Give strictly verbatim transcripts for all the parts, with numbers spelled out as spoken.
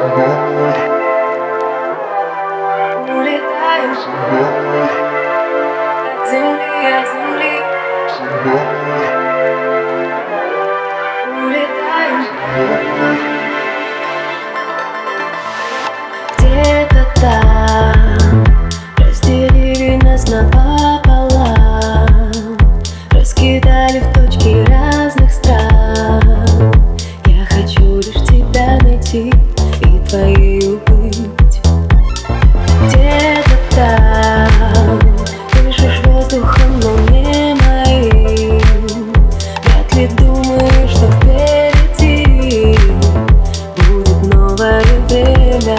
Улетаем от земли, от земли. Улетаем где-то там. Разделили нас напополам, раскидали в точки разных стран. Я хочу лишь тебя найти и твоею быть. Где-то там дышишь воздухом, но не моим. Вряд ли думаешь, что впереди будет новое время.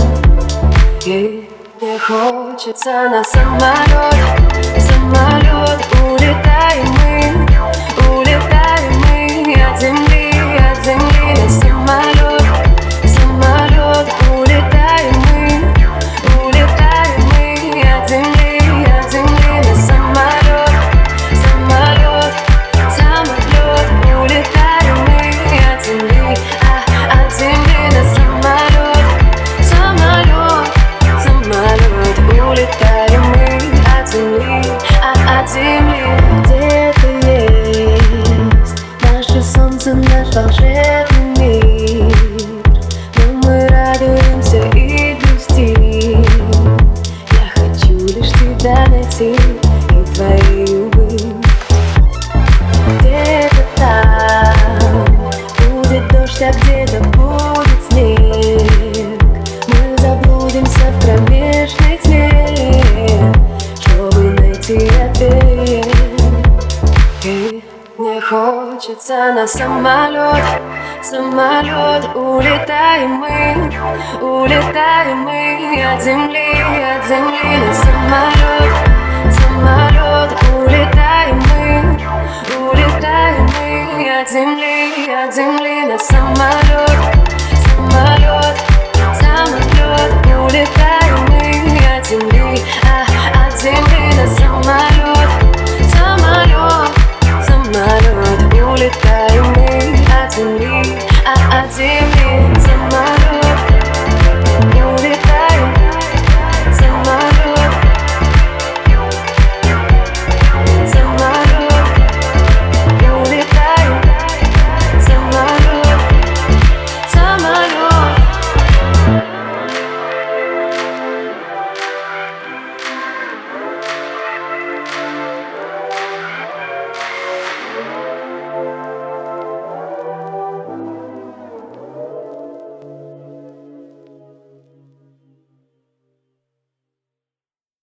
И мне хочется на самолет, самолет. Улетаем мы, улетаем мы от земли, от земли на самолет, самолет. Улетаем мы, улетаем мы от земли, от земли на самолет, самолет, самолет. Улетаем мы от земли, а, от земли на самолет, самолет, самолет. Улетаем мы от земли, а, от земли. Где-то есть наше солнце, наш волшебный мир, но мы радуемся и грустим. Я хочу лишь тебя найти и твоею быть. Где-то там будет дождь, а где-то будет снег. Мы заблудимся в кромешной тьме, чтобы найти ответ. И мне хочется на самолет, самолет. Улетаем мы, улетаем мы от земли, от земли на самолет, самолет. Улетаем мы, улетаем мы от земли, от земли на самолет.